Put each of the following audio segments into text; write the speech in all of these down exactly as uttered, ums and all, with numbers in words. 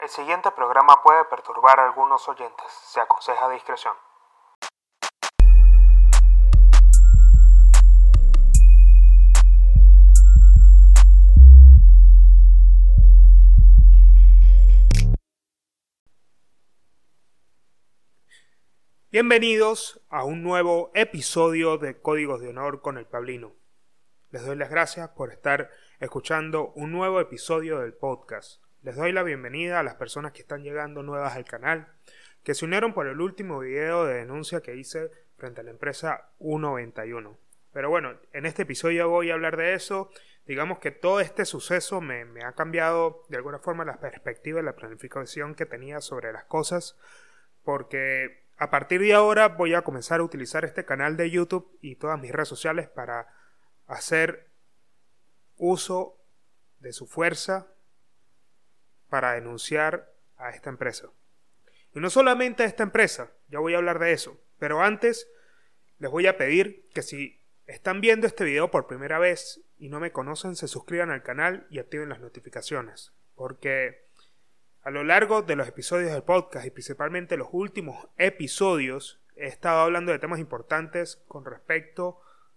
El siguiente programa puede perturbar a algunos oyentes. Se aconseja discreción. Bienvenidos a un nuevo episodio de Códigos de Honor con el Pablino. Les doy las gracias por estar escuchando un nuevo episodio del podcast. Les doy la bienvenida a las personas que están llegando nuevas al canal, que se unieron por el último video de denuncia que hice frente a la empresa U noventa y uno. Pero bueno, en este episodio voy a hablar de eso. Digamos que todo este suceso me, me ha cambiado de alguna forma la perspectiva y la planificación que tenía sobre las cosas, porque a partir de ahora voy a comenzar a utilizar este canal de YouTube y todas mis redes sociales para hacer uso de su fuerza para denunciar a esta empresa. Y no solamente a esta empresa, ya voy a hablar de eso, pero antes les voy a pedir que si están viendo este video por primera vez y no me conocen, se suscriban al canal y activen las notificaciones, porque a lo largo de los episodios del podcast y principalmente los últimos episodios he estado hablando de temas importantes con respecto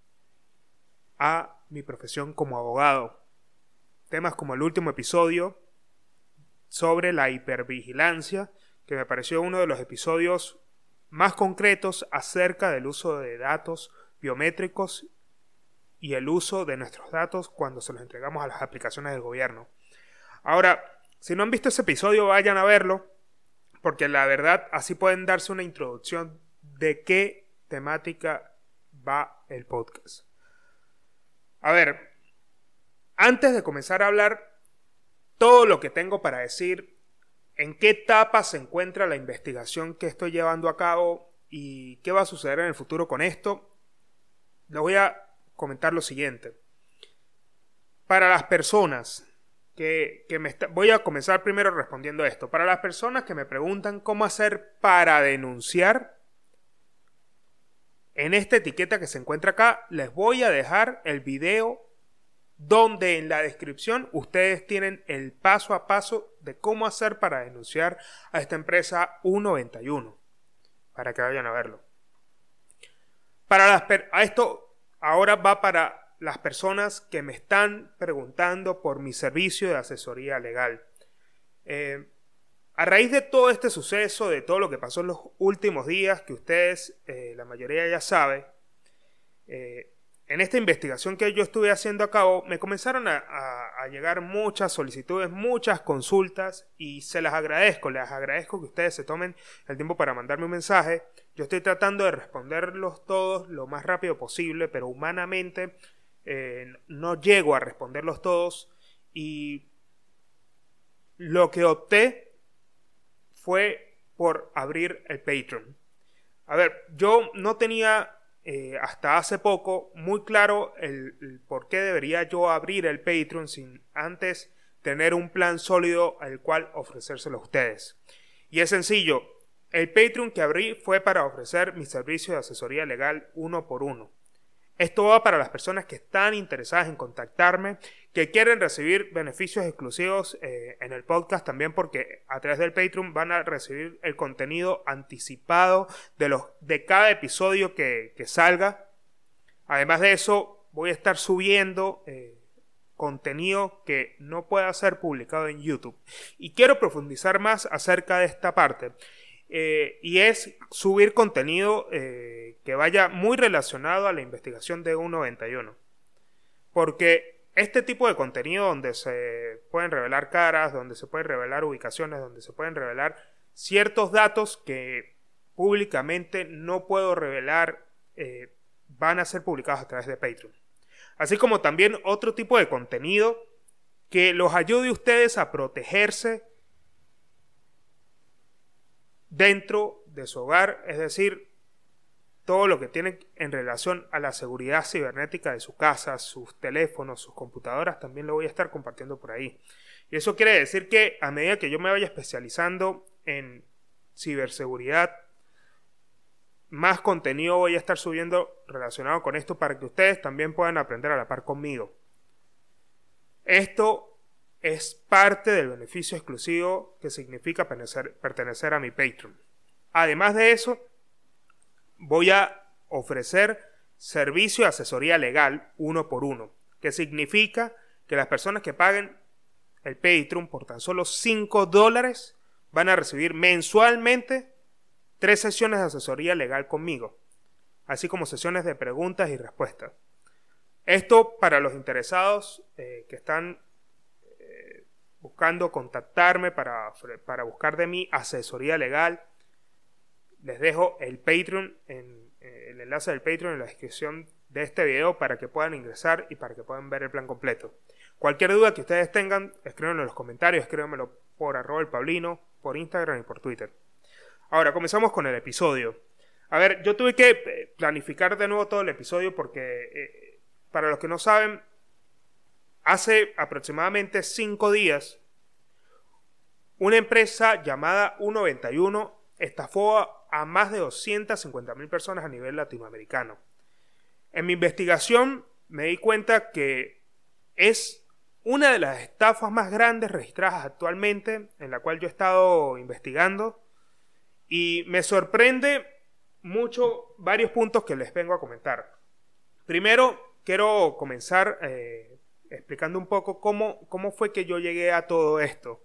a mi profesión como abogado. Temas como el último episodio sobre la hipervigilancia, que me pareció uno de los episodios más concretos acerca del uso de datos biométricos y el uso de nuestros datos cuando se los entregamos a las aplicaciones del gobierno. Ahora, si no han visto ese episodio, vayan a verlo, porque la verdad así pueden darse una introducción de qué temática va el podcast. A ver, antes de comenzar a hablar todo lo que tengo para decir, en qué etapa se encuentra la investigación que estoy llevando a cabo y qué va a suceder en el futuro con esto, les voy a comentar lo siguiente. Para las personas que, que me está, voy a comenzar primero respondiendo esto. Para las personas que me preguntan cómo hacer para denunciar, en esta etiqueta que se encuentra acá, les voy a dejar el video donde en la descripción ustedes tienen el paso a paso de cómo hacer para denunciar a esta empresa U noventa y uno, para que vayan a verlo. Para las per- a esto ahora va para las personas que me están preguntando por mi servicio de asesoría legal. Eh, a raíz de todo este suceso, de todo lo que pasó en los últimos días, que ustedes, eh, la mayoría ya sabe, eh, en esta investigación que yo estuve haciendo a cabo, me comenzaron a, a, a llegar muchas solicitudes, muchas consultas, y se las agradezco, les agradezco que ustedes se tomen el tiempo para mandarme un mensaje. Yo estoy tratando de responderlos todos lo más rápido posible, pero humanamente eh, no llego a responderlos todos, y lo que opté fue por abrir el Patreon. A ver, yo no tenía Eh, hasta hace poco muy claro el, el por qué debería yo abrir el Patreon sin antes tener un plan sólido al cual ofrecérselo a ustedes. Y es sencillo, el Patreon que abrí fue para ofrecer mi servicio de asesoría legal uno por uno. Esto va para las personas que están interesadas en contactarme, que quieren recibir beneficios exclusivos eh, en el podcast también, porque a través del Patreon van a recibir el contenido anticipado de, los, de cada episodio que, que salga. Además de eso, voy a estar subiendo eh, contenido que no pueda ser publicado en YouTube. Y quiero profundizar más acerca de esta parte. Eh, y es subir contenido eh, que vaya muy relacionado a la investigación de U noventa y uno, porque este tipo de contenido donde se pueden revelar caras, donde se pueden revelar ubicaciones, donde se pueden revelar ciertos datos que públicamente no puedo revelar, eh, van a ser publicados a través de Patreon, así como también otro tipo de contenido que los ayude a ustedes a protegerse dentro de su hogar, es decir, todo lo que tiene en relación a la seguridad cibernética de su casa, sus teléfonos, sus computadoras, también lo voy a estar compartiendo por ahí. Y eso quiere decir que a medida que yo me vaya especializando en ciberseguridad, más contenido voy a estar subiendo relacionado con esto para que ustedes también puedan aprender a la par conmigo. Esto es parte del beneficio exclusivo que significa pertenecer, pertenecer a mi Patreon. Además de eso, voy a ofrecer servicio de asesoría legal uno por uno, que significa que las personas que paguen el Patreon por tan solo cinco dólares van a recibir mensualmente tres sesiones de asesoría legal conmigo, así como sesiones de preguntas y respuestas. Esto para los interesados eh, que están eh, buscando contactarme para, para buscar de mí asesoría legal. Les dejo el Patreon, en, eh, el enlace del Patreon en la descripción de este video para que puedan ingresar y para que puedan ver el plan completo. Cualquier duda que ustedes tengan, escríbanlo en los comentarios, escríbanmelo por arroba el Paulino, por Instagram y por Twitter. Ahora, comenzamos con el episodio. A ver, yo tuve que planificar de nuevo todo el episodio porque, eh, para los que no saben, hace aproximadamente cinco días, una empresa llamada U noventa y uno estafó a, a más de doscientas cincuenta mil personas a nivel latinoamericano. En mi investigación me di cuenta que es una de las estafas más grandes registradas actualmente, en la cual yo he estado investigando, y me sorprende mucho varios puntos que les vengo a comentar. Primero, quiero comenzar eh, explicando un poco cómo, cómo fue que yo llegué a todo esto.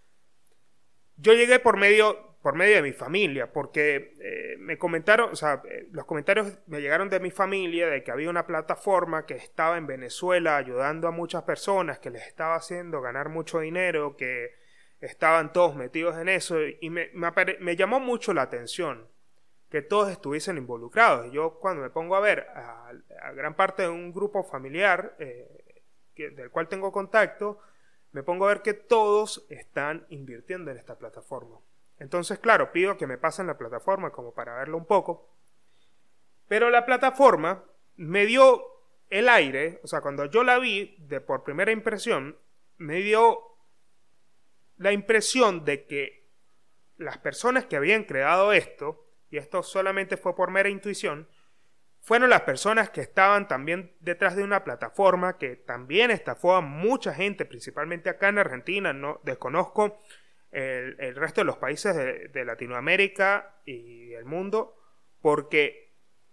Yo llegué por medio... por medio de mi familia, porque eh, me comentaron, o sea, eh, los comentarios me llegaron de mi familia de que había una plataforma que estaba en Venezuela ayudando a muchas personas, que les estaba haciendo ganar mucho dinero, que estaban todos metidos en eso, y me, me, me llamó mucho la atención que todos estuviesen involucrados. Yo cuando me pongo a ver a, a gran parte de un grupo familiar eh, que, del cual tengo contacto, me pongo a ver que todos están invirtiendo en esta plataforma. Entonces, claro, pido que me pasen la plataforma como para verlo un poco. Pero la plataforma me dio el aire, o sea, cuando yo la vi de por primera impresión, me dio la impresión de que las personas que habían creado esto, y esto solamente fue por mera intuición, fueron las personas que estaban también detrás de una plataforma que también estafó a mucha gente, principalmente acá en Argentina. No desconozco El, el resto de los países de, de Latinoamérica y el mundo, porque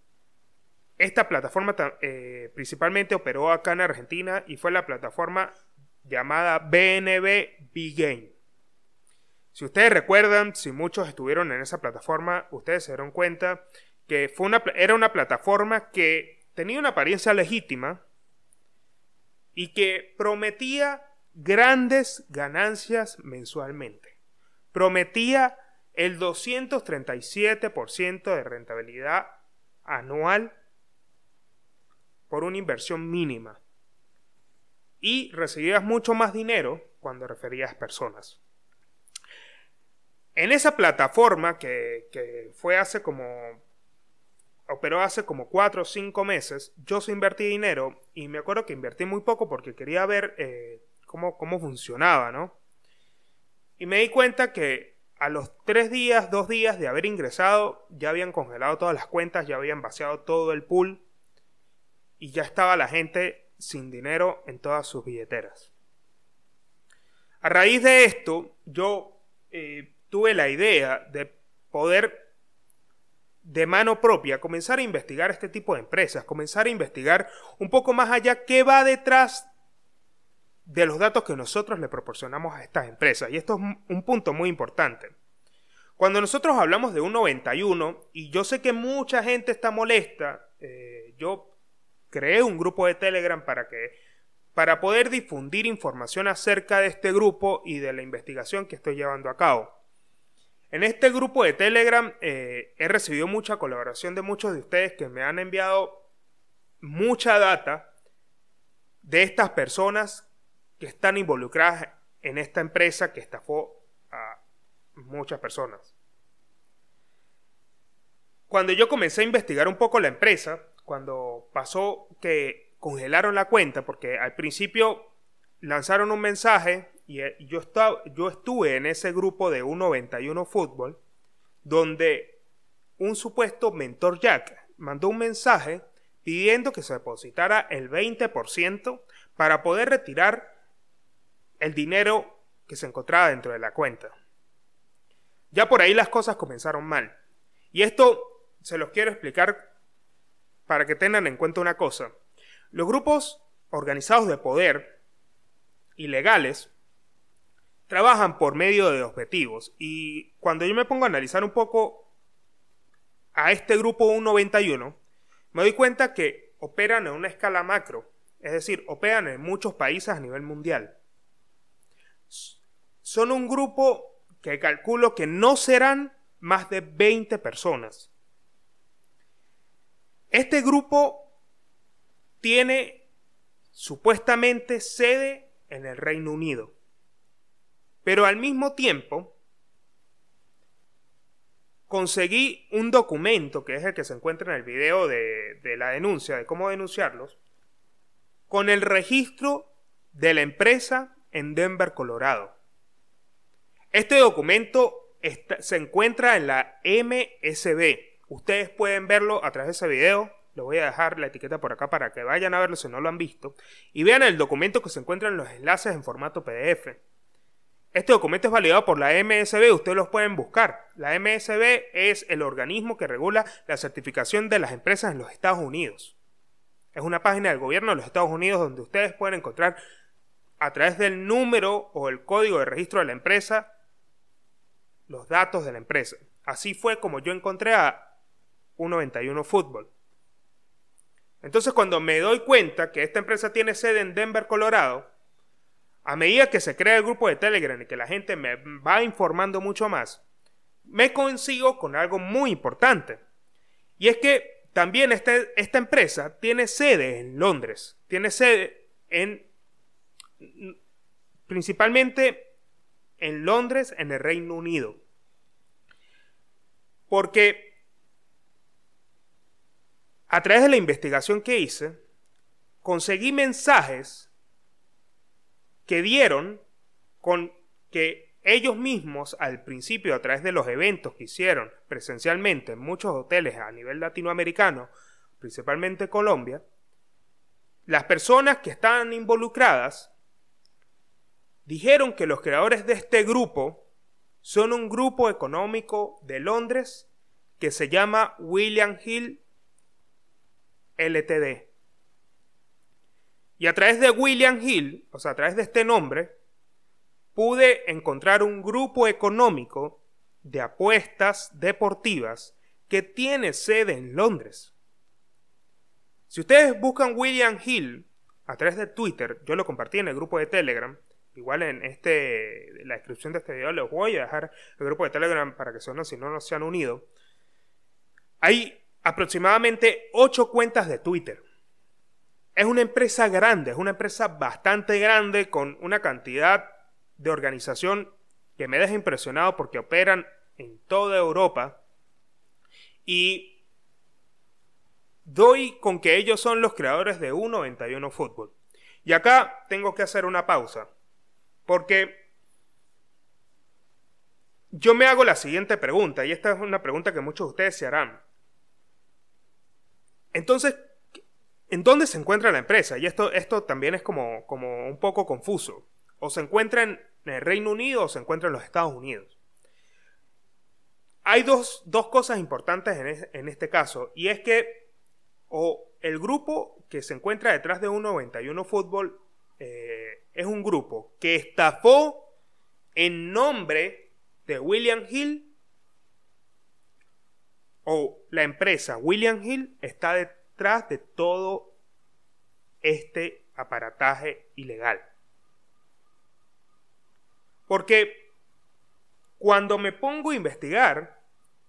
esta plataforma eh, principalmente operó acá en Argentina y fue la plataforma llamada B N B B-Game. Si ustedes recuerdan, si muchos estuvieron en esa plataforma, ustedes se dieron cuenta que fue una, era una plataforma que tenía una apariencia legítima y que prometía grandes ganancias mensualmente. Prometía el doscientos treinta y siete por ciento de rentabilidad anual por una inversión mínima. Y recibías mucho más dinero cuando referías personas. En esa plataforma que, que fue hace como... operó hace como cuatro o cinco meses, yo sí invertí dinero y me acuerdo que invertí muy poco porque quería ver... Eh, Cómo, cómo funcionaba, ¿no? Y me di cuenta que a los tres días, dos días de haber ingresado, ya habían congelado todas las cuentas, ya habían vaciado todo el pool y ya estaba la gente sin dinero en todas sus billeteras. A raíz de esto, yo eh, tuve la idea de poder de mano propia comenzar a investigar este tipo de empresas, comenzar a investigar un poco más allá qué va detrás de los datos que nosotros le proporcionamos a estas empresas. Y esto es un punto muy importante. Cuando nosotros hablamos de U noventa y uno, y yo sé que mucha gente está molesta, eh, yo creé un grupo de Telegram para, que, para poder difundir información acerca de este grupo y de la investigación que estoy llevando a cabo. En este grupo de Telegram eh, he recibido mucha colaboración de muchos de ustedes que me han enviado mucha data de estas personas que están involucradas en esta empresa que estafó a muchas personas. Cuando yo comencé a investigar un poco la empresa, cuando pasó que congelaron la cuenta, porque al principio lanzaron un mensaje y yo, estaba, yo estuve en ese grupo de U noventa y uno Fútbol, donde un supuesto mentor Jack mandó un mensaje pidiendo que se depositara el veinte por ciento para poder retirar el dinero que se encontraba dentro de la cuenta. Ya por ahí las cosas comenzaron mal. Y esto se los quiero explicar para que tengan en cuenta una cosa. Los grupos organizados de poder, ilegales, trabajan por medio de objetivos. Y cuando yo me pongo a analizar un poco a este grupo ciento noventa y uno, me doy cuenta que operan en una escala macro. Es decir, operan en muchos países a nivel mundial. Son un grupo que calculo que no serán más de veinte personas. Este grupo tiene supuestamente sede en el Reino Unido, pero al mismo tiempo conseguí un documento, que es el que se encuentra en el video de, de la denuncia, de cómo denunciarlos, con el registro de la empresa en Denver, Colorado. Este documento está, se encuentra en la M S B. Ustedes pueden verlo a través de ese video. Les voy a dejar la etiqueta por acá para que vayan a verlo si no lo han visto. Y vean el documento que se encuentra en los enlaces en formato P D F. Este documento es validado por la M S B. Ustedes los pueden buscar. La M S B es el organismo que regula la certificación de las empresas en los Estados Unidos. Es una página del gobierno de los Estados Unidos donde ustedes pueden encontrar a través del número o el código de registro de la empresa los datos de la empresa. Así fue como yo encontré a ciento noventa y uno Fútbol. Entonces, cuando me doy cuenta que esta empresa tiene sede en Denver, Colorado, a medida que se crea el grupo de Telegram y que la gente me va informando mucho más, me consigo con algo muy importante. Y es que también este, esta empresa tiene sede en Londres. Tiene sede en... principalmente en Londres, en el Reino Unido. Porque a través de la investigación que hice, conseguí mensajes que dieron con que ellos mismos al principio, a través de los eventos que hicieron presencialmente en muchos hoteles a nivel latinoamericano, principalmente Colombia, las personas que estaban involucradas dijeron que los creadores de este grupo son un grupo económico de Londres que se llama William Hill Ltd. Y a través de William Hill, o sea, a través de este nombre, pude encontrar un grupo económico de apuestas deportivas que tiene sede en Londres. Si ustedes buscan William Hill a través de Twitter, yo lo compartí en el grupo de Telegram. Igual en este, la descripción de este video les voy a dejar el grupo de Telegram para que son, si no, no se han unido. Hay aproximadamente ocho cuentas de Twitter. Es una empresa grande, es una empresa bastante grande con una cantidad de organización que me deja impresionado porque operan en toda Europa. Y doy con que ellos son los creadores de ciento noventa y uno Fútbol. Y acá tengo que hacer una pausa. Porque yo me hago la siguiente pregunta, y esta es una pregunta que muchos de ustedes se harán. Entonces, ¿en dónde se encuentra la empresa? Y esto, esto también es como, como un poco confuso. O se encuentra en el Reino Unido o se encuentra en los Estados Unidos. Hay dos, dos cosas importantes en, es, en este caso, y es que o el grupo que se encuentra detrás de ciento noventa y uno Fútbol Eh, es un grupo que estafó en nombre de William Hill, o la empresa William Hill está detrás de todo este aparataje ilegal. Porque cuando me pongo a investigar,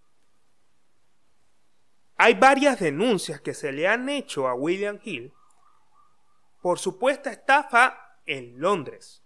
hay varias denuncias que se le han hecho a William Hill por supuesta estafa en Londres.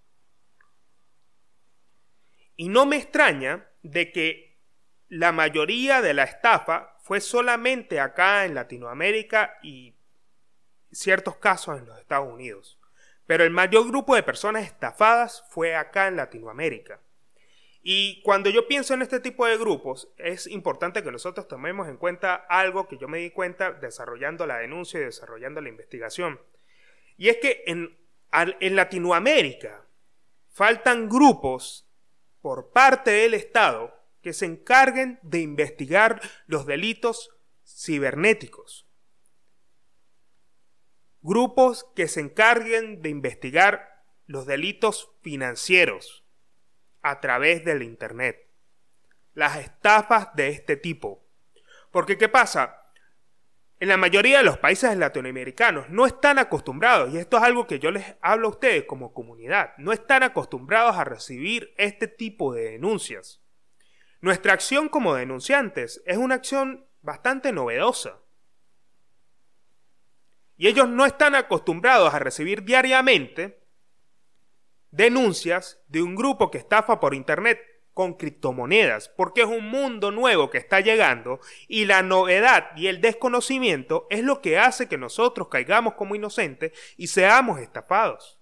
Y no me extraña de que la mayoría de la estafa fue solamente acá en Latinoamérica y ciertos casos en los Estados Unidos. Pero el mayor grupo de personas estafadas fue acá en Latinoamérica. Y cuando yo pienso en este tipo de grupos, es importante que nosotros tomemos en cuenta algo que yo me di cuenta desarrollando la denuncia y desarrollando la investigación. Y es que en, en Latinoamérica, faltan grupos por parte del Estado que se encarguen de investigar los delitos cibernéticos. Grupos que se encarguen de investigar los delitos financieros a través del Internet. Las estafas de este tipo. Porque ¿qué pasa? En la mayoría de los países latinoamericanos no están acostumbrados, y esto es algo que yo les hablo a ustedes como comunidad, no están acostumbrados a recibir este tipo de denuncias. Nuestra acción como denunciantes es una acción bastante novedosa. Y ellos no están acostumbrados a recibir diariamente denuncias de un grupo que estafa por internet con criptomonedas, porque es un mundo nuevo que está llegando y la novedad y el desconocimiento es lo que hace que nosotros caigamos como inocentes y seamos estafados.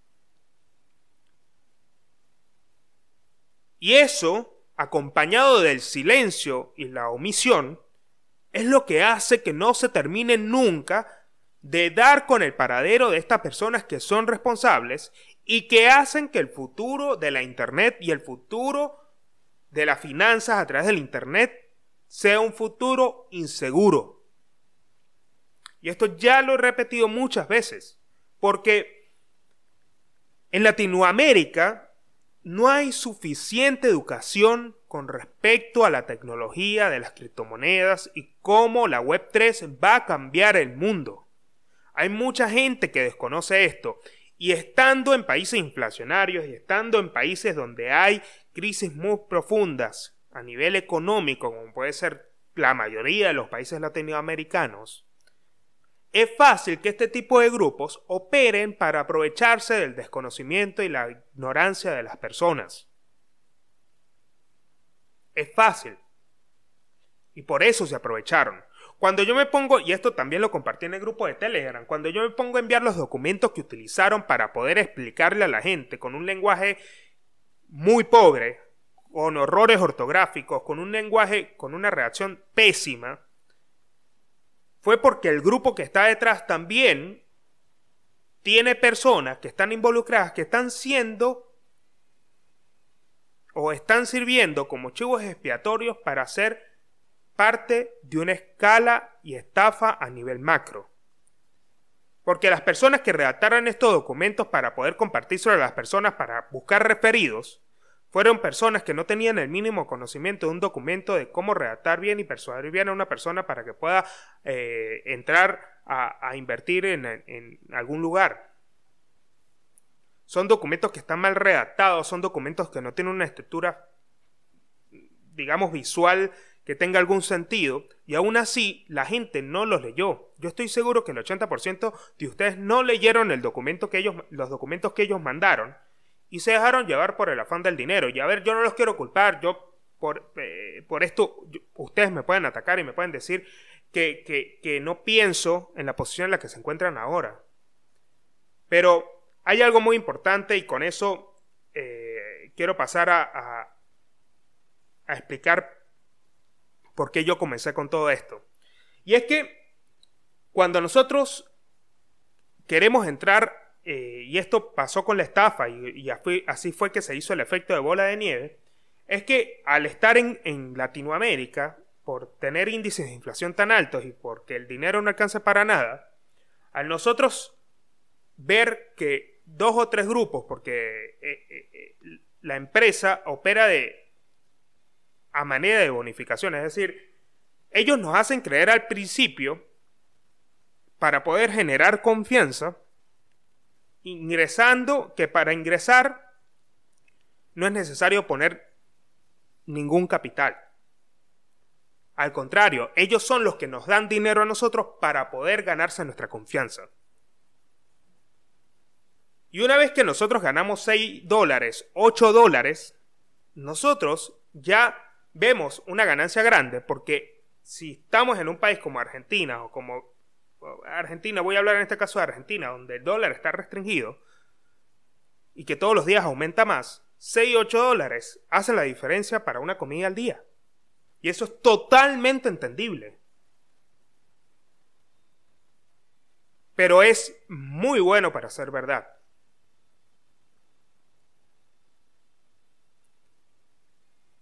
Y eso, acompañado del silencio y la omisión, es lo que hace que no se termine nunca de dar con el paradero de estas personas que son responsables y que hacen que el futuro de la internet y el futuro de las finanzas a través del internet sea un futuro inseguro. Y esto ya lo he repetido muchas veces, porque en Latinoamérica no hay suficiente educación con respecto a la tecnología de las criptomonedas y cómo la web tres va a cambiar el mundo. Hay mucha gente que desconoce esto, y estando en países inflacionarios y estando en países donde hay crisis muy profundas a nivel económico, como puede ser la mayoría de los países latinoamericanos, es fácil que este tipo de grupos operen para aprovecharse del desconocimiento y la ignorancia de las personas. Es fácil. Y por eso se aprovecharon. Cuando yo me pongo, y esto también lo compartí en el grupo de Telegram, cuando yo me pongo a enviar los documentos que utilizaron para poder explicarle a la gente con un lenguaje muy pobre, con errores ortográficos, con un lenguaje, con una redacción pésima, fue porque el grupo que está detrás también tiene personas que están involucradas, que están siendo o están sirviendo como chivos expiatorios para hacer parte de una escala y estafa a nivel macro. Porque las personas que redactaron estos documentos para poder compartírselo a las personas para buscar referidos, fueron personas que no tenían el mínimo conocimiento de un documento de cómo redactar bien y persuadir bien a una persona para que pueda eh, entrar a, a invertir en, en algún lugar. Son documentos que están mal redactados, son documentos que no tienen una estructura, digamos, visual que tenga algún sentido, y aún así la gente no los leyó. Yo estoy seguro que el ochenta por ciento de ustedes no leyeron el documento que ellos, los documentos que ellos mandaron y se dejaron llevar por el afán del dinero. Y a ver, yo no los quiero culpar, yo por, eh, por esto, yo, ustedes me pueden atacar y me pueden decir que, que, que no pienso en la posición en la que se encuentran ahora. Pero hay algo muy importante y con eso eh, quiero pasar a, a, a explicar por qué yo comencé con todo esto. Y es que cuando nosotros queremos entrar, eh, y esto pasó con la estafa, y, y así, así fue que se hizo el efecto de bola de nieve, es que al estar en, en Latinoamérica, por tener índices de inflación tan altos y porque el dinero no alcanza para nada, al nosotros ver que dos o tres grupos, porque eh, eh, eh, la empresa opera de a manera de bonificación, es decir, ellos nos hacen creer al principio para poder generar confianza, ingresando, que para ingresar no es necesario poner ningún capital. Al contrario, ellos son los que nos dan dinero a nosotros para poder ganarse nuestra confianza. Y una vez que nosotros ganamos seis dólares, ocho dólares, nosotros ya vemos una ganancia grande, porque si estamos en un país como Argentina o como Argentina, voy a hablar en este caso de Argentina, donde el dólar está restringido y que todos los días aumenta más, seis y ocho dólares hacen la diferencia para una comida al día. Y eso es totalmente entendible. Pero es muy bueno para ser verdad.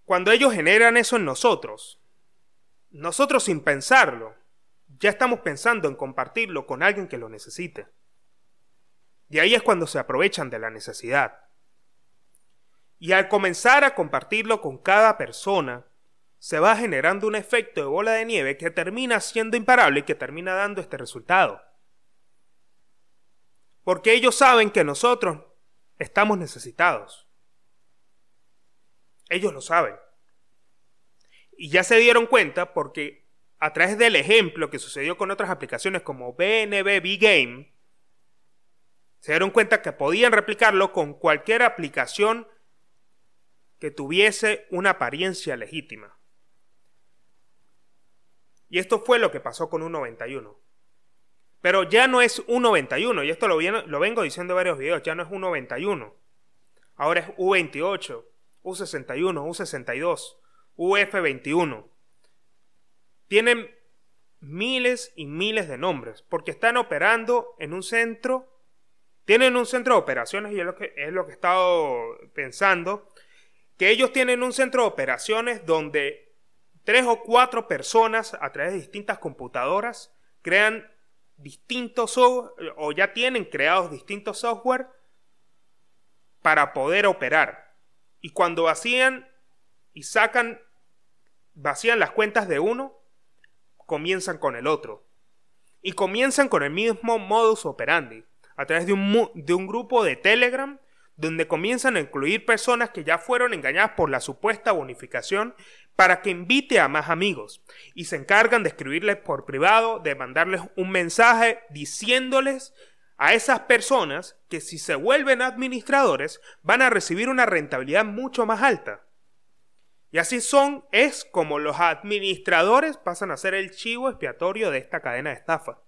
Cuando ellos generan eso en nosotros, nosotros sin pensarlo, ya estamos pensando en compartirlo con alguien que lo necesite. Y ahí es cuando se aprovechan de la necesidad. Y al comenzar a compartirlo con cada persona, se va generando un efecto de bola de nieve que termina siendo imparable y que termina dando este resultado. Porque ellos saben que nosotros estamos necesitados. Ellos lo saben. Y ya se dieron cuenta porque a través del ejemplo que sucedió con otras aplicaciones como B N B B-Game, se dieron cuenta que podían replicarlo con cualquier aplicación que tuviese una apariencia legítima. Y esto fue lo que pasó con U noventa y uno. Pero ya no es U noventa y uno, y esto lo, viene, lo vengo diciendo en varios videos, ya no es U noventa y uno. Ahora es U veintiocho, U sesenta y uno, U sesenta y dos, U F veintiuno. Tienen miles y miles de nombres, porque están operando en un centro, tienen un centro de operaciones, y es lo que, es lo que he estado pensando, que ellos tienen un centro de operaciones donde tres o cuatro personas a través de distintas computadoras crean distintos software, o ya tienen creados distintos software para poder operar. Y cuando vacían y sacan, vacían las cuentas de uno, comienzan con el otro. Y comienzan con el mismo modus operandi, a través de un, de un grupo de Telegram, donde comienzan a incluir personas que ya fueron engañadas por la supuesta bonificación para que invite a más amigos, y se encargan de escribirles por privado, de mandarles un mensaje diciéndoles a esas personas que si se vuelven administradores van a recibir una rentabilidad mucho más alta. Y así son, es como los administradores pasan a ser el chivo expiatorio de esta cadena de estafa.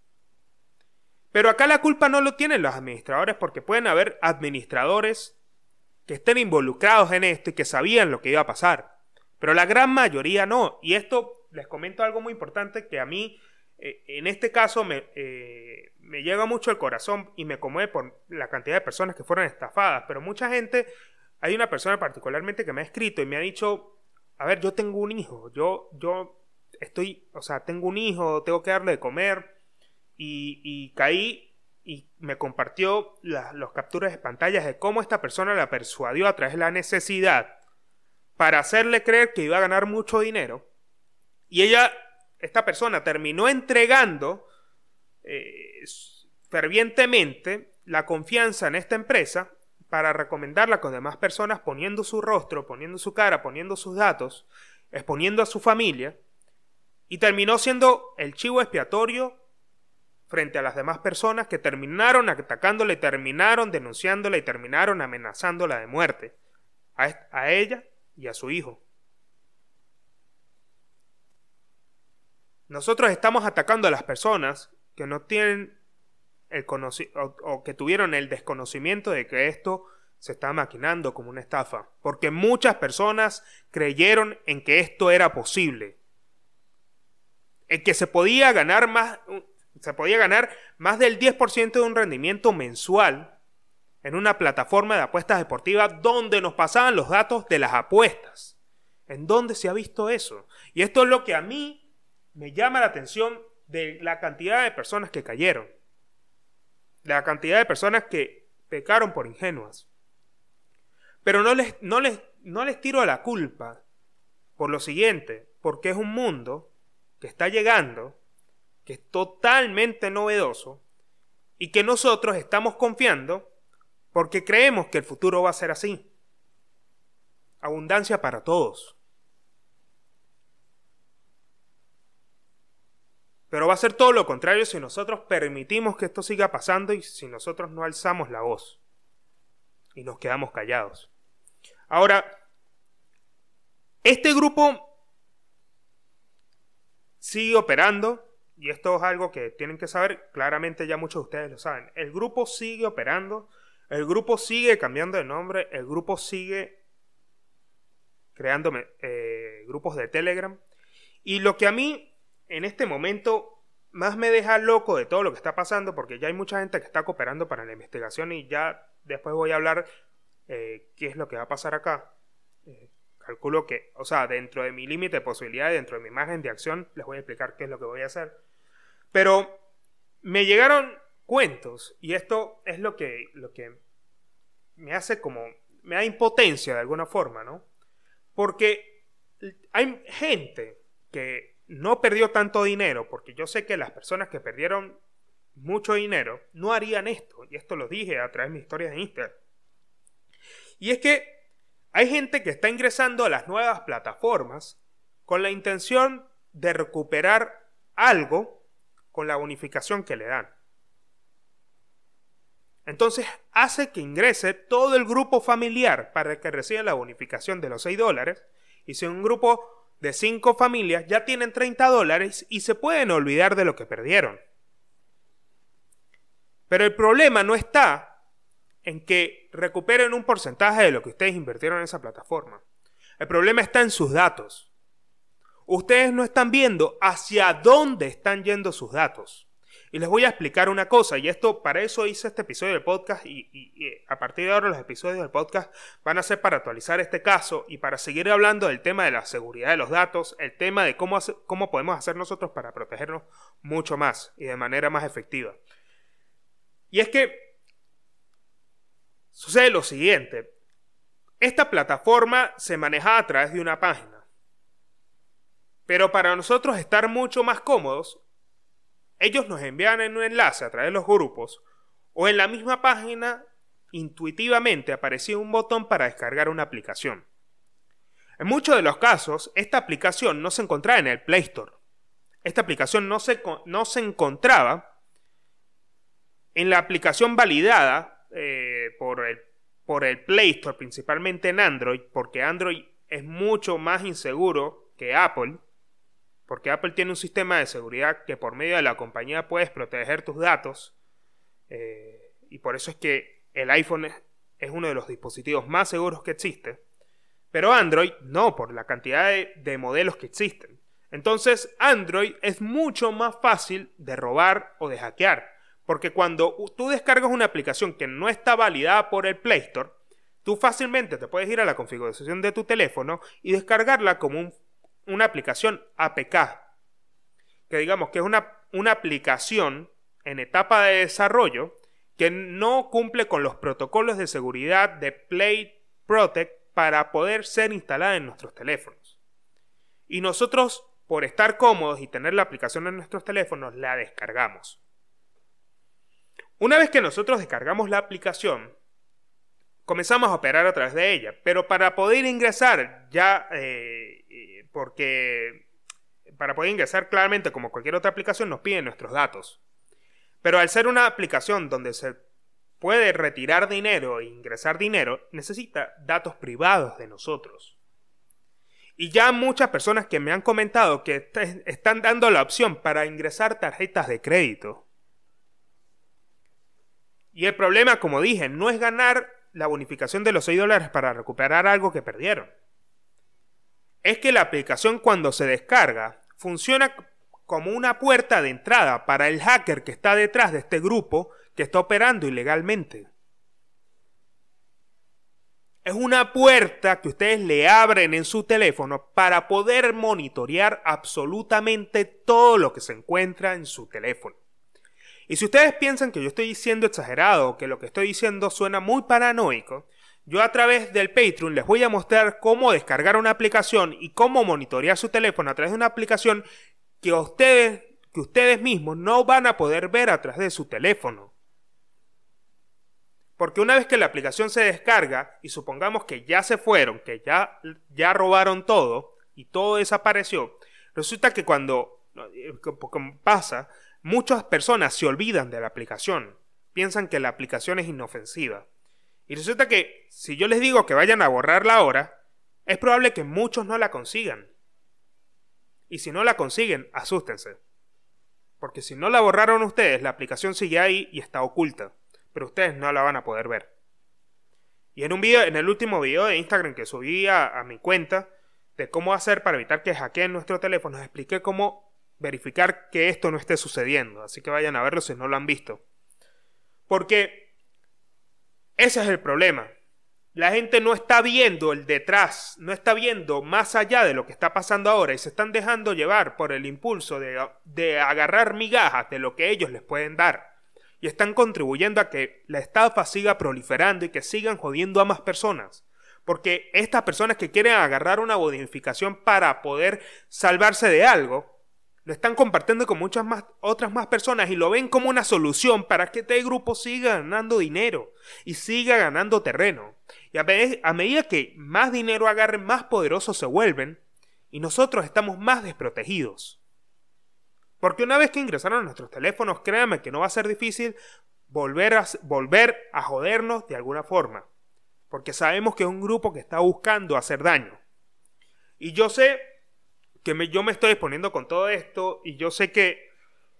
Pero acá la culpa no lo tienen los administradores, porque pueden haber administradores que estén involucrados en esto y que sabían lo que iba a pasar. Pero la gran mayoría no. Y esto les comento algo muy importante que a mí, eh, en este caso, me, eh, me llega mucho al corazón y me conmueve por la cantidad de personas que fueron estafadas. Pero mucha gente, hay una persona particularmente que me ha escrito y me ha dicho, a ver, yo tengo un hijo, yo, yo estoy, o sea, tengo un hijo, tengo que darle de comer. Y, y caí y me compartió la, los capturas de pantallas de cómo esta persona la persuadió a través de la necesidad para hacerle creer que iba a ganar mucho dinero. Y ella, esta persona, terminó entregando eh, fervientemente la confianza en esta empresa para recomendarla con demás personas, poniendo su rostro, poniendo su cara, poniendo sus datos, exponiendo a su familia, y terminó siendo el chivo expiatorio frente a las demás personas que terminaron atacándola y terminaron denunciándola y terminaron amenazándola de muerte a, a ella y a su hijo. Nosotros estamos atacando a las personas que no tienen el conocimiento o, o que tuvieron el desconocimiento de que esto se está maquinando como una estafa, porque muchas personas creyeron en que esto era posible, en que se podía ganar más se podía ganar más del diez por ciento de un rendimiento mensual en una plataforma de apuestas deportivas donde nos pasaban los datos de las apuestas. ¿En dónde se ha visto eso? Y esto es lo que a mí me llama la atención de la cantidad de personas que cayeron, de la cantidad de personas que pecaron por ingenuas. Pero no les, no les, no les tiro la culpa por lo siguiente, porque es un mundo que está llegando, que es totalmente novedoso y que nosotros estamos confiando porque creemos que el futuro va a ser así. Abundancia para todos. Pero va a ser todo lo contrario si nosotros permitimos que esto siga pasando y si nosotros no alzamos la voz y nos quedamos callados. Ahora, este grupo sigue operando. Y esto es algo que tienen que saber, claramente ya muchos de ustedes lo saben. El grupo sigue operando, el grupo sigue cambiando de nombre, el grupo sigue creando eh, grupos de Telegram. Y lo que a mí en este momento más me deja loco de todo lo que está pasando, porque ya hay mucha gente que está cooperando para la investigación y ya después voy a hablar eh, qué es lo que va a pasar acá. Eh, calculo que, o sea, dentro de mi límite de posibilidades, dentro de mi margen de acción, les voy a explicar qué es lo que voy a hacer. Pero me llegaron cuentos y esto es lo que, lo que me hace como, me da impotencia de alguna forma, ¿no? Porque hay gente que no perdió tanto dinero, porque yo sé que las personas que perdieron mucho dinero no harían esto, y esto lo dije a través de mis historias de Instagram. Y es que hay gente que está ingresando a las nuevas plataformas con la intención de recuperar algo con la bonificación que le dan. Entonces hace que ingrese todo el grupo familiar para que reciba la bonificación de los seis dólares. Y si un grupo de cinco familias ya tienen treinta dólares y se pueden olvidar de lo que perdieron. Pero el problema no está en que recuperen un porcentaje de lo que ustedes invirtieron en esa plataforma. El problema está en sus datos. Ustedes no están viendo hacia dónde están yendo sus datos. Y les voy a explicar una cosa, y esto, para eso hice este episodio del podcast, y, y, y a partir de ahora los episodios del podcast van a ser para actualizar este caso y para seguir hablando del tema de la seguridad de los datos, el tema de cómo, hace, cómo podemos hacer nosotros para protegernos mucho más y de manera más efectiva. Y es que sucede lo siguiente, esta plataforma se manejaba a través de una página, pero para nosotros estar mucho más cómodos, ellos nos envían en un enlace a través de los grupos o en la misma página intuitivamente aparecía un botón para descargar una aplicación. En muchos de los casos, esta aplicación no se encontraba en el Play Store. Esta aplicación no se, no se encontraba en la aplicación validada eh, por, el, por el Play Store, principalmente en Android, porque Android es mucho más inseguro que Apple. Porque Apple tiene un sistema de seguridad que por medio de la compañía puedes proteger tus datos. Eh, y por eso es que el iPhone es, es uno de los dispositivos más seguros que existe. Pero Android no, por la cantidad de, de modelos que existen. Entonces Android es mucho más fácil de robar o de hackear. Porque cuando tú descargas una aplicación que no está validada por el Play Store, tú fácilmente te puedes ir a la configuración de tu teléfono y descargarla como un una aplicación A P K, que digamos que es una, una aplicación en etapa de desarrollo que no cumple con los protocolos de seguridad de Play Protect para poder ser instalada en nuestros teléfonos. Y nosotros, por estar cómodos y tener la aplicación en nuestros teléfonos, la descargamos. Una vez que nosotros descargamos la aplicación, comenzamos a operar a través de ella, pero para poder ingresar ya... Eh, porque para poder ingresar claramente como cualquier otra aplicación nos piden nuestros datos. Pero al ser una aplicación donde se puede retirar dinero e ingresar dinero, necesita datos privados de nosotros. Y ya muchas personas que me han comentado que están dando la opción para ingresar tarjetas de crédito. Y el problema, como dije, no es ganar la bonificación de los seis dólares para recuperar algo que perdieron. Es que la aplicación cuando se descarga funciona como una puerta de entrada para el hacker que está detrás de este grupo que está operando ilegalmente. Es una puerta que ustedes le abren en su teléfono para poder monitorear absolutamente todo lo que se encuentra en su teléfono. Y si ustedes piensan que yo estoy diciendo exagerado o que lo que estoy diciendo suena muy paranoico, yo a través del Patreon les voy a mostrar cómo descargar una aplicación y cómo monitorear su teléfono a través de una aplicación que ustedes, que ustedes mismos no van a poder ver a través de su teléfono. Porque una vez que la aplicación se descarga y supongamos que ya se fueron, que ya, ya robaron todo y todo desapareció, resulta que cuando como pasa, muchas personas se olvidan de la aplicación, piensan que la aplicación es inofensiva. Y resulta que si yo les digo que vayan a borrarla ahora, es probable que muchos no la consigan. Y si no la consiguen, asústense. Porque si no la borraron ustedes, la aplicación sigue ahí y está oculta. Pero ustedes no la van a poder ver. Y en un video, en el último video de Instagram que subí a, a mi cuenta, de cómo hacer para evitar que hackeen nuestro teléfono, expliqué cómo verificar que esto no esté sucediendo. Así que vayan a verlo si no lo han visto. Porque ese es el problema. La gente no está viendo el detrás, no está viendo más allá de lo que está pasando ahora y se están dejando llevar por el impulso de, de agarrar migajas de lo que ellos les pueden dar. Y están contribuyendo a que la estafa siga proliferando y que sigan jodiendo a más personas. Porque estas personas que quieren agarrar una bonificación para poder salvarse de algo, lo están compartiendo con muchas más, otras más personas y lo ven como una solución para que este grupo siga ganando dinero y siga ganando terreno. Y a, me, a medida que más dinero agarren, más poderosos se vuelven y nosotros estamos más desprotegidos. Porque una vez que ingresaron a nuestros teléfonos, créanme que no va a ser difícil volver a, volver a jodernos de alguna forma. Porque sabemos que es un grupo que está buscando hacer daño. Y yo sé que me, yo me estoy exponiendo con todo esto y yo sé que,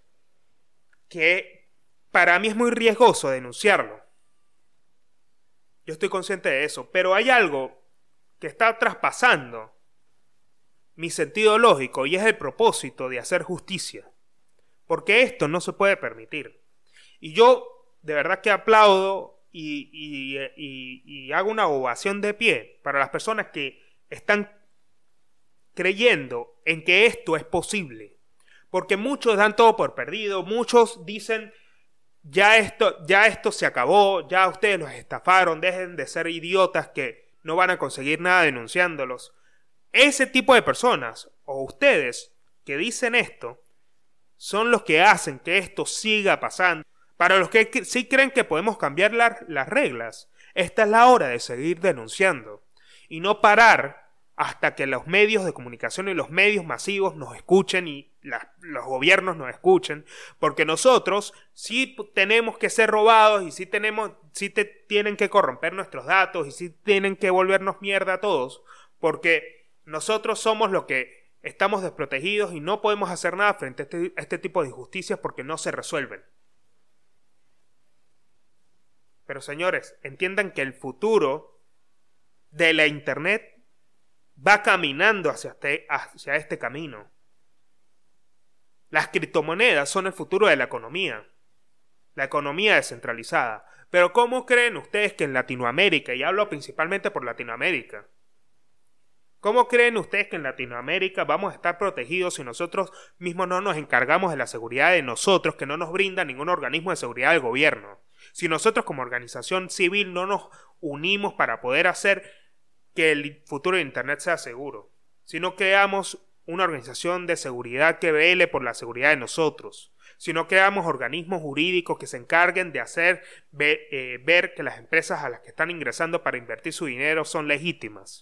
que para mí es muy riesgoso denunciarlo. Yo estoy consciente de eso, pero hay algo que está traspasando mi sentido lógico y es el propósito de hacer justicia. Porque esto no se puede permitir. Y yo de verdad que aplaudo y, y, y, y hago una ovación de pie para las personas que están creyendo en que esto es posible. Porque muchos dan todo por perdido, muchos dicen, ya esto, ya esto se acabó, ya ustedes los estafaron, dejen de ser idiotas que no van a conseguir nada denunciándolos. Ese tipo de personas, o ustedes que dicen esto, son los que hacen que esto siga pasando. Para los que sí creen que podemos cambiar la, las reglas, esta es la hora de seguir denunciando y no parar hasta que los medios de comunicación y los medios masivos nos escuchen y la, los gobiernos nos escuchen, porque nosotros sí tenemos que ser robados y sí, tenemos, sí te, tienen que corromper nuestros datos y sí tienen que volvernos mierda a todos, porque nosotros somos los que estamos desprotegidos y no podemos hacer nada frente a este, a este tipo de injusticias porque no se resuelven. Pero señores, entiendan que el futuro de la internet va caminando hacia este, hacia este camino. Las criptomonedas son el futuro de la economía. La economía descentralizada. Pero ¿cómo creen ustedes que en Latinoamérica, y hablo principalmente por Latinoamérica, ¿cómo creen ustedes que en Latinoamérica vamos a estar protegidos si nosotros mismos no nos encargamos de la seguridad de nosotros, que no nos brinda ningún organismo de seguridad del gobierno? Si nosotros como organización civil no nos unimos para poder hacer que el futuro de Internet sea seguro, si no creamos una organización de seguridad que vele por la seguridad de nosotros, si no creamos organismos jurídicos que se encarguen de hacer ver, eh, ver que las empresas a las que están ingresando para invertir su dinero son legítimas.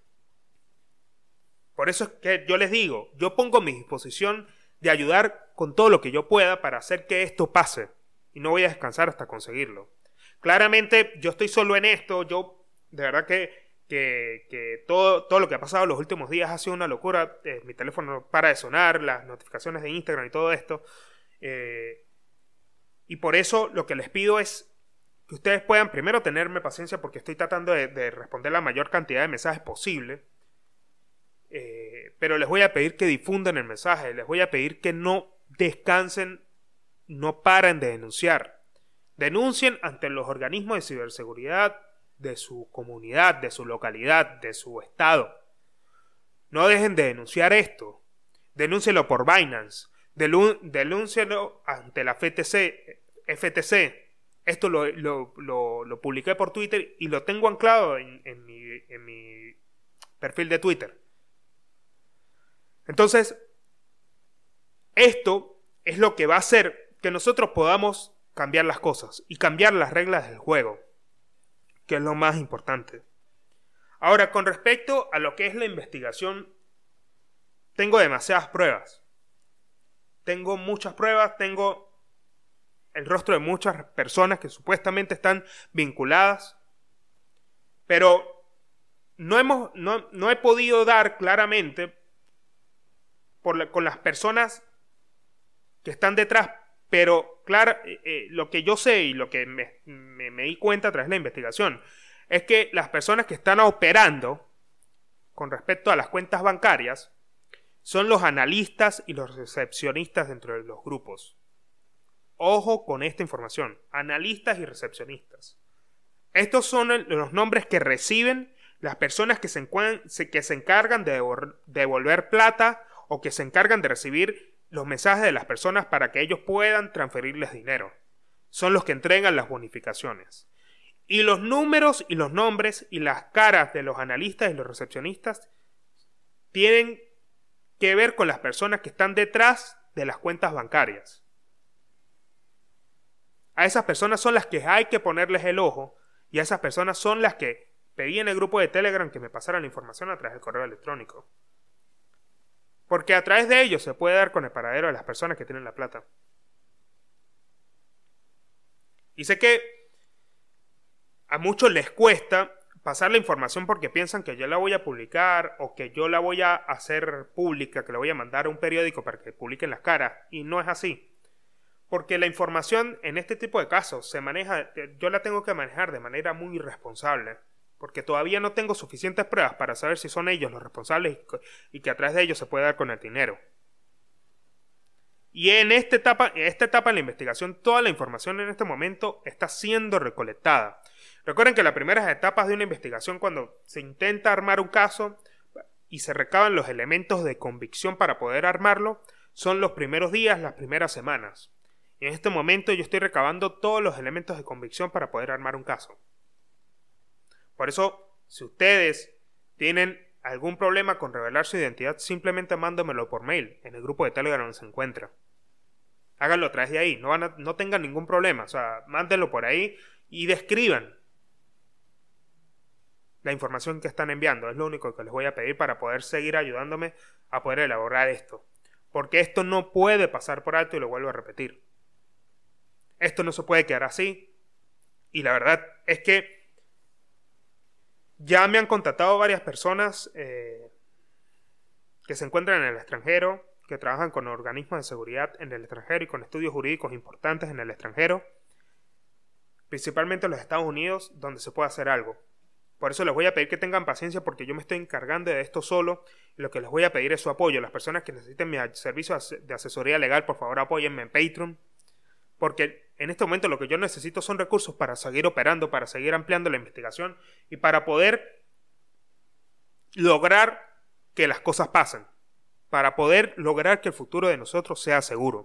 Por eso es que yo les digo, yo pongo mi disposición de ayudar con todo lo que yo pueda para hacer que esto pase y no voy a descansar hasta conseguirlo. Claramente yo estoy solo en esto, yo de verdad que Que, que todo, todo lo que ha pasado los últimos días ha sido una locura. Eh, mi teléfono no para de sonar, las notificaciones de Instagram y todo esto. Eh, y por eso lo que les pido es que ustedes puedan primero tenerme paciencia porque estoy tratando de, de responder la mayor cantidad de mensajes posible. Eh, pero les voy a pedir que difundan el mensaje. Les voy a pedir que no descansen, no paren de denunciar. Denuncien ante los organismos de ciberseguridad de su comunidad, de su localidad, de su estado. No dejen de denunciar esto. Denúncielo por Binance. Denúncielo ante la F T C. F T C. Esto lo, lo, lo, lo publiqué por Twitter y lo tengo anclado en, en, mi, en mi perfil de Twitter. Entonces, esto es lo que va a hacer que nosotros podamos cambiar las cosas y cambiar las reglas del juego, que es lo más importante. Ahora, con respecto a lo que es la investigación, tengo demasiadas pruebas. Tengo muchas pruebas, tengo el rostro de muchas personas que supuestamente están vinculadas, pero no, hemos, no, no he podido dar claramente por la, con las personas que están detrás. Pero, claro, eh, eh, lo que yo sé y lo que me, me, me di cuenta tras la investigación es que las personas que están operando con respecto a las cuentas bancarias son los analistas y los recepcionistas dentro de los grupos. Ojo con esta información, analistas y recepcionistas. Estos son el, los nombres que reciben las personas que se, que se encargan de devolver plata o que se encargan de recibir los mensajes de las personas para que ellos puedan transferirles dinero. Son los que entregan las bonificaciones. Y los números y los nombres y las caras de los analistas y los recepcionistas tienen que ver con las personas que están detrás de las cuentas bancarias. A esas personas son las que hay que ponerles el ojo y a esas personas son las que pedí en el grupo de Telegram que me pasaran la información a través del correo electrónico. Porque a través de ellos se puede dar con el paradero de las personas que tienen la plata. Y sé que a muchos les cuesta pasar la información porque piensan que yo la voy a publicar o que yo la voy a hacer pública, que la voy a mandar a un periódico para que publiquen las caras. Y no es así. Porque la información en este tipo de casos se maneja, yo la tengo que manejar de manera muy responsable. Porque todavía no tengo suficientes pruebas para saber si son ellos los responsables y que a través de ellos se puede dar con el dinero. Y en esta etapa, en esta etapa de la investigación, toda la información en este momento está siendo recolectada. Recuerden que las primeras etapas de una investigación, cuando se intenta armar un caso y se recaban los elementos de convicción para poder armarlo, son los primeros días, las primeras semanas. Y en este momento yo estoy recabando todos los elementos de convicción para poder armar un caso. Por eso, si ustedes tienen algún problema con revelar su identidad, simplemente mándenmelo por mail en el grupo de Telegram donde se encuentra. Háganlo a través de ahí, no, van a, no tengan ningún problema, o sea, mándenlo por ahí y describan la información que están enviando. Es lo único que les voy a pedir para poder seguir ayudándome a poder elaborar esto. Porque esto no puede pasar por alto y lo vuelvo a repetir. Esto no se puede quedar así. Y la verdad es que ya me han contactado varias personas eh, que se encuentran en el extranjero, que trabajan con organismos de seguridad en el extranjero y con estudios jurídicos importantes en el extranjero, principalmente en los Estados Unidos, donde se puede hacer algo. Por eso les voy a pedir que tengan paciencia porque yo me estoy encargando de esto solo y lo que les voy a pedir es su apoyo. Las personas que necesiten mi servicio de asesoría legal, por favor apóyenme en Patreon, porque en este momento lo que yo necesito son recursos para seguir operando, para seguir ampliando la investigación y para poder lograr que las cosas pasen, para poder lograr que el futuro de nosotros sea seguro.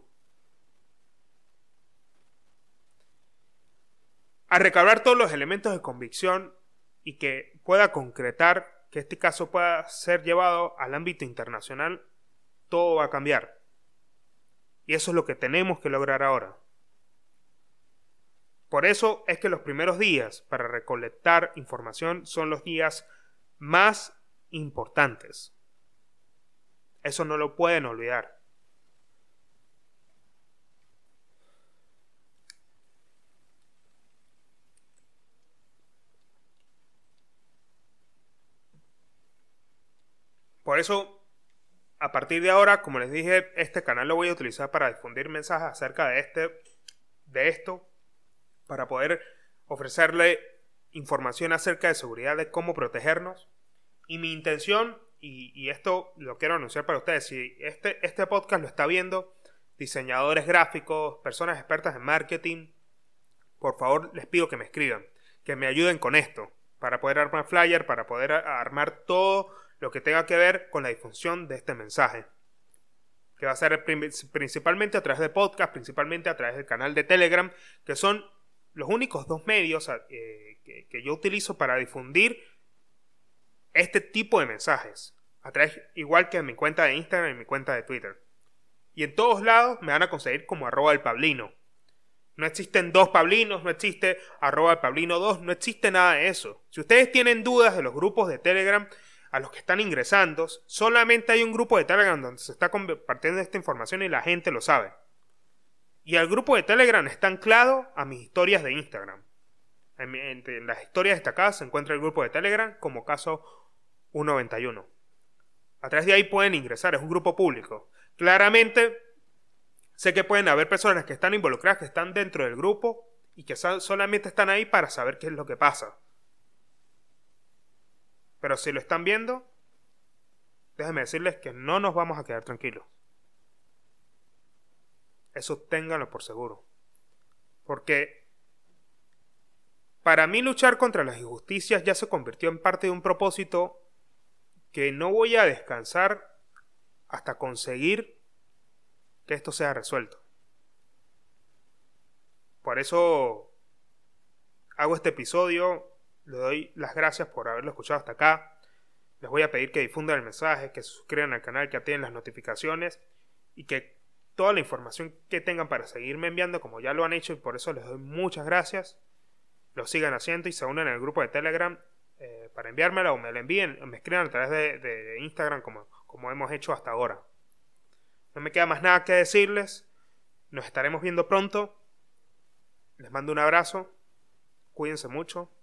A recabar todos los elementos de convicción y que pueda concretar que este caso pueda ser llevado al ámbito internacional, todo va a cambiar. Y eso es lo que tenemos que lograr ahora. Por eso es que los primeros días para recolectar información son los días más importantes. Eso no lo pueden olvidar. Por eso, a partir de ahora, como les dije, este canal lo voy a utilizar para difundir mensajes acerca de, este, de esto, para poder ofrecerle información acerca de seguridad, de cómo protegernos. Y mi intención, y, y esto lo quiero anunciar para ustedes, si este, este podcast lo está viendo diseñadores gráficos, personas expertas en marketing, por favor les pido que me escriban, que me ayuden con esto, para poder armar flyer, para poder armar todo lo que tenga que ver con la difusión de este mensaje, que va a ser principalmente a través de podcast, principalmente a través del canal de Telegram, que son los únicos dos medios eh, que, que yo utilizo para difundir este tipo de mensajes, a través, igual que en mi cuenta de Instagram y en mi cuenta de Twitter. Y en todos lados me van a conseguir como arroba el Pablino. No existen dos Pablinos, no existe arroba el Pablino dos, no existe nada de eso. Si ustedes tienen dudas de los grupos de Telegram a los que están ingresando, solamente hay un grupo de Telegram donde se está compartiendo esta información y la gente lo sabe. Y el grupo de Telegram está anclado a mis historias de Instagram. En, en, en las historias destacadas se encuentra el grupo de Telegram como caso ciento noventa y uno. A través de ahí pueden ingresar, es un grupo público. Claramente, sé que pueden haber personas que están involucradas, que están dentro del grupo y que solamente están ahí para saber qué es lo que pasa. Pero si lo están viendo, déjenme decirles que no nos vamos a quedar tranquilos. Eso ténganlo por seguro. Porque para mí luchar contra las injusticias ya se convirtió en parte de un propósito que no voy a descansar hasta conseguir que esto sea resuelto. Por eso hago este episodio, le doy las gracias por haberlo escuchado hasta acá. Les voy a pedir que difundan el mensaje, que se suscriban al canal, que activen las notificaciones y que toda la información que tengan para seguirme enviando, como ya lo han hecho, y por eso les doy muchas gracias, lo sigan haciendo y se unan al grupo de Telegram eh, para enviármela, o me la envíen, o me escriban a través de, de, de Instagram como, como hemos hecho hasta ahora. No me queda más nada que decirles. Nos estaremos viendo pronto. Les mando un abrazo. Cuídense mucho.